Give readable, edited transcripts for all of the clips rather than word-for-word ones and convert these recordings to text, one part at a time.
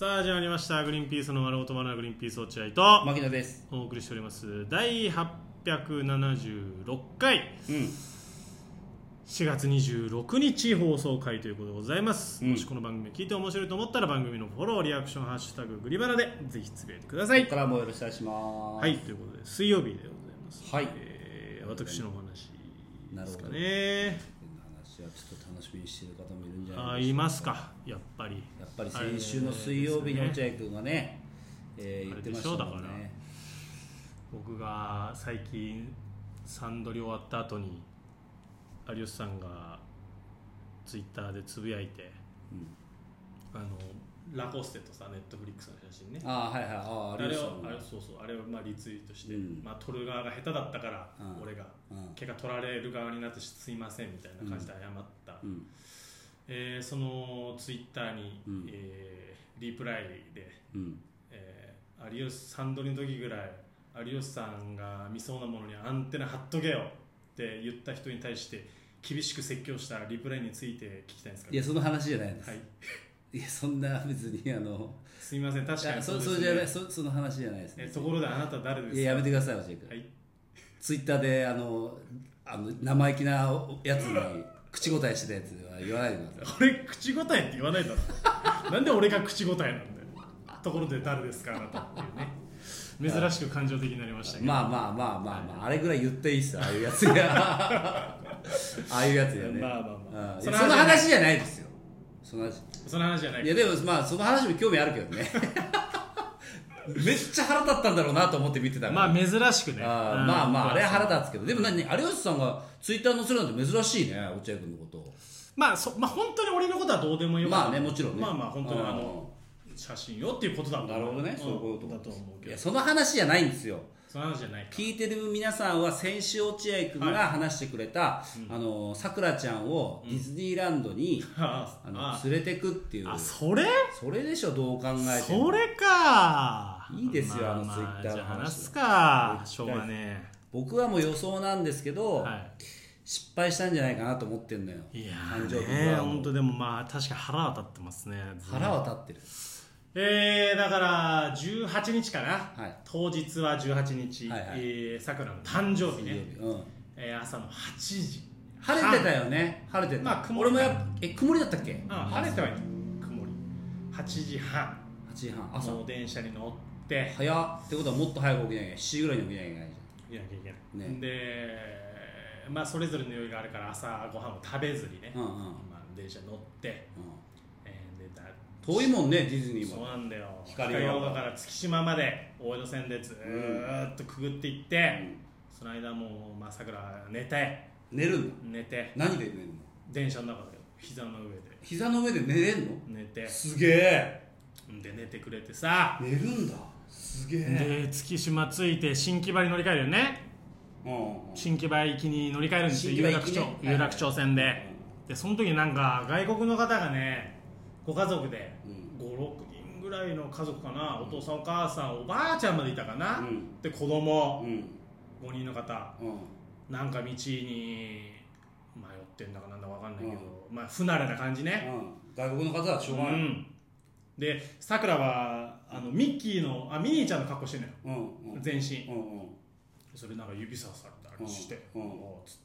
さあ始まりましたグリーンピースの丸ごとバナナグリーンピース落合と牧野ですお送りしております第876回、4月26日放送回ということでございます、もしこの番組を聞いて面白いと思ったら番組のフォローリアクションハッシュタググリバナでぜひつぶやいてください。 ここからもよろしくお願いします。 はい、ということで水曜日でございます。 はい、 私のお話ですかね。 話はちょっと楽しみにしている方もいるんじゃないですか。 いますか。やっぱり先週の水曜日に落合君がね、言ってましたもんね。 だから僕が最近サンドリ終わった後に有吉さんがツイッターでつぶやいて、ラコステとさネットフリックスの写真ね、 あれをまあリツイートして、撮る側が下手だったから、俺が結果取られる側になってすいませんみたいな感じで謝った、そのツイッターに、リプライで、有吉サンドリの時ぐらい有吉さんが見そうなものにアンテナ張っとけよって言った人に対して厳しく説教したリプライについて聞きたいんですか。 いやその話じゃないです、 はい、 いやそんな別にすいません確かにそうですね、その話じゃないですね。 ところであなた誰ですか。 いややめてください落合君、はい、ツイッターで生意気なやつに口答えしてたやつは言わないでください。 俺口答えって言わないだろなんで俺が口答えなんだよところで誰ですかあなたっていうね珍しく感情的になりましたけど、 まあ、あれぐらい言っていいっすよ、ああいうやつやああいうやつやね。その話じゃないですよ。その話じゃない。いやでもまあその話も興味あるけどねめっちゃ腹立ったんだろうなと思って見てたから。 まあ珍しくね。 あれは腹立つけど、でも有吉さんがツイッター載せるなんて珍しいね、落合君のことを。まあ本当に俺のことはどうでもよかった。 まあね、もちろんね。 まあ本当に写真よっていうことだと思う。 なるほどね、そういうことだと思うけど。 いやその話じゃないんですよ。 その話じゃない。 聞いてる皆さんは先週落合君が話してくれたさくらちゃんをディズニーランドに連れてくっていう。それでしょ、どう考えても。 それか。 いいですよ、ツイッターの話すか。しょうがねえ。 僕はもう予想なんですけど、失敗したんじゃないかなと思ってんのよ。 いやー本当でもまあ確か腹は立ってますね。 腹は立ってる。 だから18日かな、当日は18日、さくらの誕生日ね、朝の8時晴れてたよね。晴れてた。まあ俺も曇りだったっけ。 晴れてはいい。曇り8時半朝の電車に乗って早っってことはもっと早く起きなきゃいけない。7時ぐらいに起きなきゃいけないじゃん。いけない、でまあそれぞれの用意があるから朝ご飯を食べずにね、電車に乗って、 遠いもんね、ディズニーも。 そうなんだよ。光が丘から月島まで大江戸線でずーっとくぐっていって、その間もうさくら寝て。 寝るの？ 寝て。 何で寝るの？ 電車の中で膝の上で。 膝の上で寝れんの？寝て。 すげえ。 で寝てくれてさ。 寝るんだ。すげえ。 で月島着いて新木場に乗り換えるよね。新木場行きに乗り換えるんですよ。有楽町線で。でその時なんか外国の方がね。ご家族で5、6人ぐらいの家族かな、お父さんお母さんおばあちゃんまでいたかな、で子供、5人の方、なんか道に迷ってんだかなんだか分かんないけど、まあ不慣れな感じね、 外国の方はしょうがない、 でさくらはミッキーのミニーちゃんの格好してんのよ、全身、それなんか指さされたりして、つって、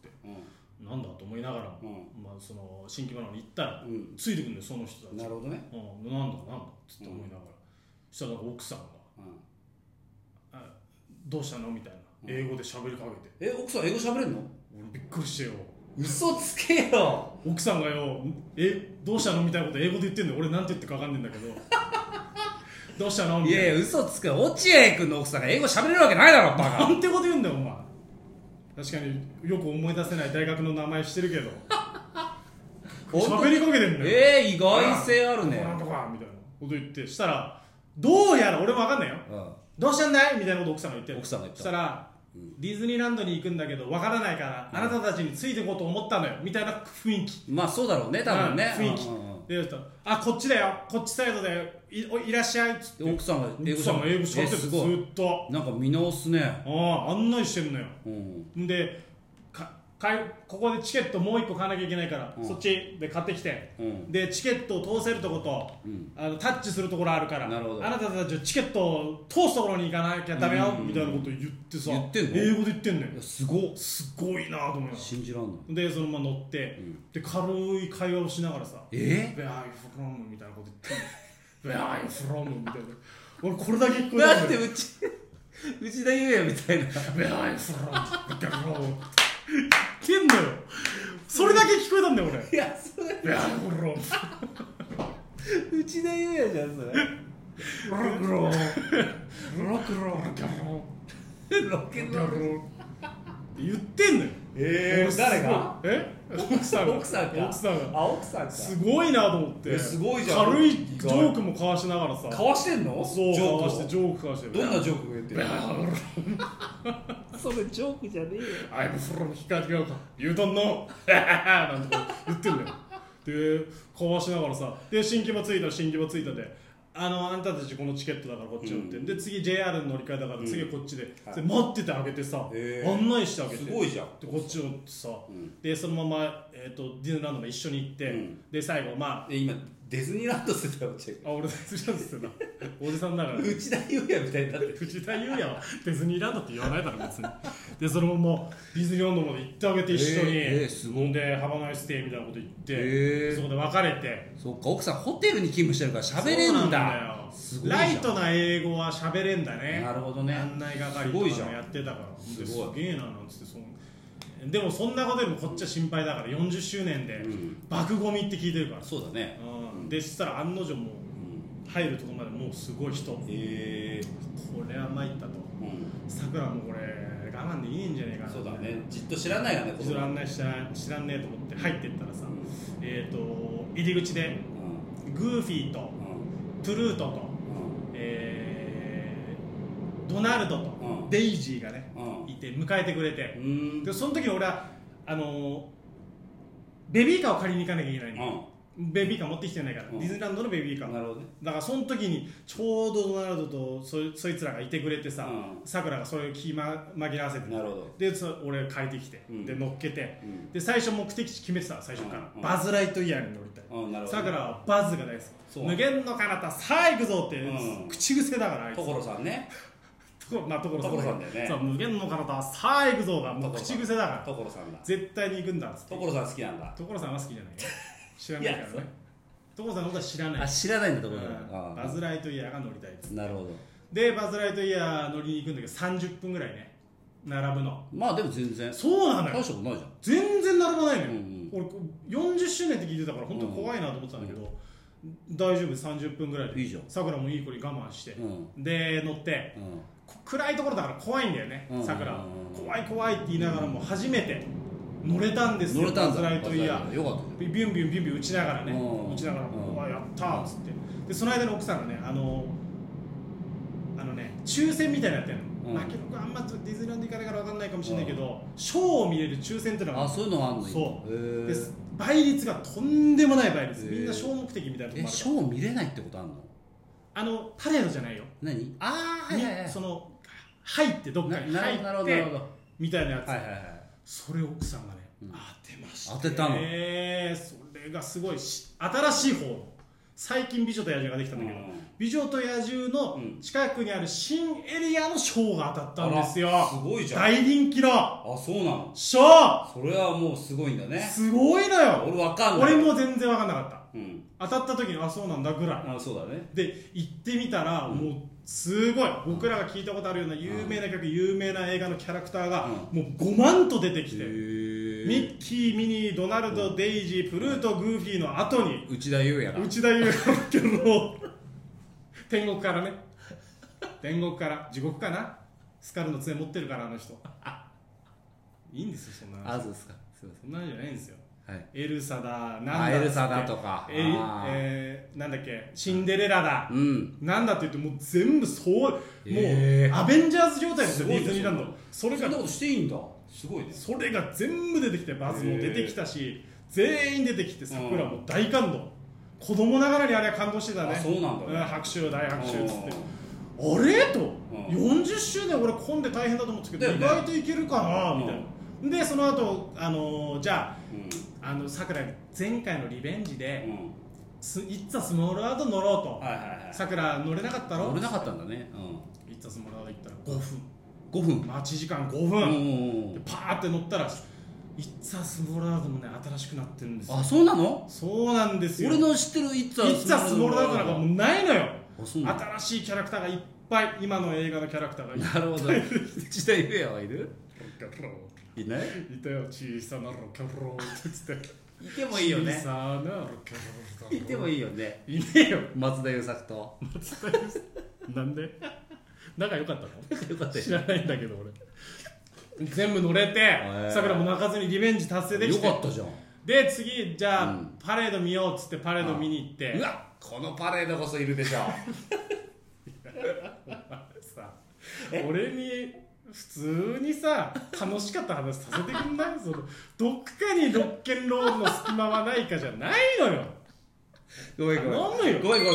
なんだと思いながらも、その新木場の方に行ったら、ついてくるんだよその人たち。 なるほどね。 なんだっつって思いながら、そしたら奥さんが、どうしたのみたいな英語で喋りかけて。 奥さん英語喋れんの？ 俺びっくりしてよ。 嘘つけよ。 奥さんがよ、どうしたのみたいなこと英語で言ってんだよ。俺なんて言ってか分かんないんだけどどうしたのみたいな。 いや嘘つけよ。落合君の奥さんが英語喋れるわけないだろバカ。 なんてこと言うんだよお前。確かによく思い出せない大学の名前してるけど喋りかけてんだよ。 意外性あるね。 なんとかみたいなこと言って、したらどうやら俺も分かんないよ、どうしたんだいみたいなこと奥さんが言ってる。そしたら、ディズニーランドに行くんだけど分からないから、あなたたちについていこうと思ったのよみたいな雰囲気。 まあそうだろうね、多分ね、 雰囲気で言うと、こっちだよ、こっちサイドで いらっしゃいっつって奥さんが英語喋ってる。ずっとなんか見直すね。 案内してんのよ、でここでチケットもう1個買わなきゃいけないから、そっちで買ってきて、でチケットを通せるとこと、タッチするところあるから、あなたたちはチケットを通すところに行かなきゃダメよみたいなことを言ってさ、英語で言ってんねん。すごいなと思いながら信じらんので、そのまま乗って、で軽い会話をしながらさ「Where are you from?」みたいなこと言って「Where are you from?」みたいな。俺これだけ聞こえたんだよ。 だって内田裕也みたいな 「Where are you from?」言ってんのよ。それだけ聞こえたんだよ俺。 いやそれ内田裕也じゃんそれ。ロケンロール言ってんのよ。 誰が？ 奥さんが。 奥さんか。 すごいなと思って。 すごいじゃん。 軽いジョークも交わしながらさ。 交わしてんの？ そう、交わしてジョーク交わしてる。 どんなジョーク言ってるの？それジョークじゃねえよ。 I'm from 光が丘 You don't know なんて言ってんだよ。で、交わしながらさ、で、新木場着いたで、あんたたちこのチケットだからこっち乗って、で次 JR に乗り換えだから次はこっちで、待っててあげてさ、案内してあげて、 すごいじゃん。 でこっち乗ってさ、でそのままディズニーランドも一緒に行って、で最後今ディズニーランドって言ったら俺ディズニーランドって言ってたおじさんだから内田裕也みたいになって内田裕也はディズニーランドって言わないだろ別に。でそのままディズニーランドまで行ってあげて一緒に、 すごいでハバナイステイみたいなこと言って、そこで別れて。 そっか、奥さんホテルに勤務してるから喋れんだ。 ライトな英語は喋れんだね。 なるほどね。 案内係とかもやってたから、すげえななんつって。でもそんなことよりもこっちは心配だから40周年で爆ゴミって聞いてるから。 そうだね。 でしたら案の定もう入るところまでもうすごい人。これは参ったと。さくらもこれ我慢できねえんじゃねえかな。 そうだね。じっと知らないよね。 じっと案内知らんねえと思って入ってったらさ、入り口でグーフィーとプルートとドナルドとデイジーがねいて迎えてくれて、でその時に俺はベビーカーを借りに行かなきゃいけないの。ベビーカー持ってきてないから、ディズニーランドのベビーカー。 なるほどね。 だからその時にちょうどドナルドとそいつらがいてくれてさ、さくらがそれを紛らわせて、で俺借りてきて、で乗っけて、で最初目的地決めてた最初から、バズ・ライトイヤーに乗りたい。さくらはバズが大好き。無限の彼方さあ行くぞって口癖だからあいつ。 所さんね。 所さんだよね。 無限の彼方さあ行くぞがもう口癖だから。 所さんだ。 絶対に行くんだっつって。 所さん好きなんだ。 所さんは好きじゃない。知らないからね。所さんのことは知らない。 知らないんだ。所さん。バズ・ライトイヤーが乗りたいです。 なるほど。 でバズ・ライトイヤー乗りに行くんだけど30分ぐらいね並ぶの。 まあでも全然そうなのよ。 大したことないじゃん。 全然並ばないのよ。俺40周年って聞いてたから本当怖いなと思ってたんだけど、大丈夫30分ぐらいで。 いいじゃん。 さくらもいい子に我慢して、で乗って、暗いところだから怖いんだよね。さくら怖いって言いながらも初めて乗れたんですよ。バズ・ライトイヤー。 よかった。 ビュンビュン打ちながらね、やったーっつって。でその間に奥さんがね抽選みたいなのやってるの。あんまディズニーランド行かないから分かんないかもしれないけど、ショーを見れる抽選っていうのがそういうのがあるの。 そうで倍率がとんでもない倍率。みんなショー目的みたいなところあるから。 ショー見れないってことあるの？ パレードじゃないよ。 何？ その入ってどっかに入ってみたいなやつ。それ奥さんがね当てました。 当てたの？ それがすごい新しい方。最近美女と野獣ができたんだけど、美女と野獣の近くにある新エリアのショーが当たったんですよ。 すごいじゃん。 大人気のそうなのショー。 それはもうすごいんだね。 すごいのよ。 俺分かんない。 俺も全然分かんなかった。当たった時にそうなんだぐらい。 そうだね。 で行ってみたらもうすごい僕らが聞いたことあるような有名な曲、有名な映画のキャラクターがもう5万と出てきて、ミッキー、ミニー、ドナルド、デイジー、プルート、グーフィーの後に内田裕也がけど天国からね、天国から地獄かな、スカルの杖持ってるからあの人いいんですよそんな話。 そうですか。すいません。 そんなのじゃないんですよ。 エルサだ、 エルサだとか、 なんだっけ、シンデレラだ、なんだって言ってもう全部そう、もうアベンジャーズ状態ですよ、ディズニーランド。 そんなことしていいんだ。すごいね。 それが全部出てきて、バズも出てきたし、全員出てきて、さくらも大感動。子供ながらにあれは感動してたね。 そうなんだ。 拍手大拍手っつって、あれと40周年俺混んで大変だと思ってたけど、意外といけるかなみたいな。 でその後じゃあさくら前回のリベンジで、いっつぁスモールワード乗ろうと。さくら乗れなかったろ。 乗れなかったんだね。 いっつぁスモールワード行ったら 5分待ち時間5分でパーって乗ったらいっつぁスモールワードもね新しくなってるんですよ。 あ、そうなの？ そうなんですよ。 俺の知ってるいっつぁスモールワードなんかもうないのよ。新しいキャラクターがいっぱい、今の映画のキャラクターがいっぱい。 なるほど。時代上はいる？いない？ いたよ、小さなロケローって言って。 いてもいいよね。 小さなロケロー。 いてもいいよね。 いねえよ。 松田優作と。 松田優作。なんで？仲良かったの？ よかったよ。 知らないんだけど俺。全部乗れて、さくらも泣かずにリベンジ達成できて。 よかったじゃん。 で次じゃあ、パレード見ようっつってパレード見に行って。 うわ、このパレードこそいるでしょ。 さ、俺に普通にさ楽しかった話させてくんない？そのどっかにロッケンロールの隙間はないかじゃないのよ。 ごめん。あれ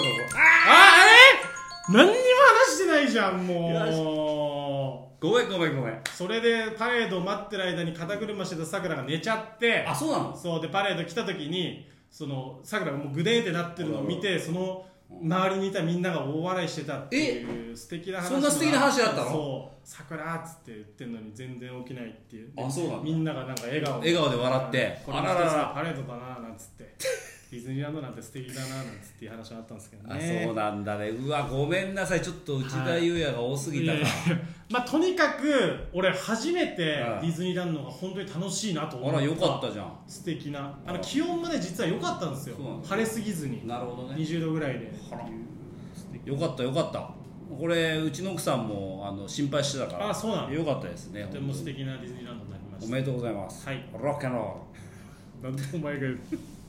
何にも話してないじゃんもう。ごめん。 それでパレードを待ってる間に肩車してたさくらが寝ちゃって。 あ、そうなの？ そうでパレード来た時にそのさくらがもうグデーってなってるのを見て、その周りにいたみんなが大笑いしてたっていう素敵な話。 そんな素敵な話だったの？ そう、さくらっつって言ってんのに全然起きないっていう。 あ、そうなんだ。 みんながなんか笑顔で笑って、 これ一つはパレードだななんつってディズニーランドなんて素敵だななんつっていう話があったんですけどね。 あ、そうなんだね。うわ、ごめんなさい、ちょっと内田裕也が多すぎたか。 まあとにかく俺初めてディズニーランドが本当に楽しいなと思った。 あら、よかったじゃん。 素敵な気温もね実は良かったんですよ。晴れすぎずに。 なるほどね。 20度ぐらいで。 よかった。これうちの奥さんも心配してたから。 あ、そうなの。 よかったですね。 とても素敵なディズニーランドになりました。 おめでとうございます。 はい。 ロックンロール。 なんでお前が言う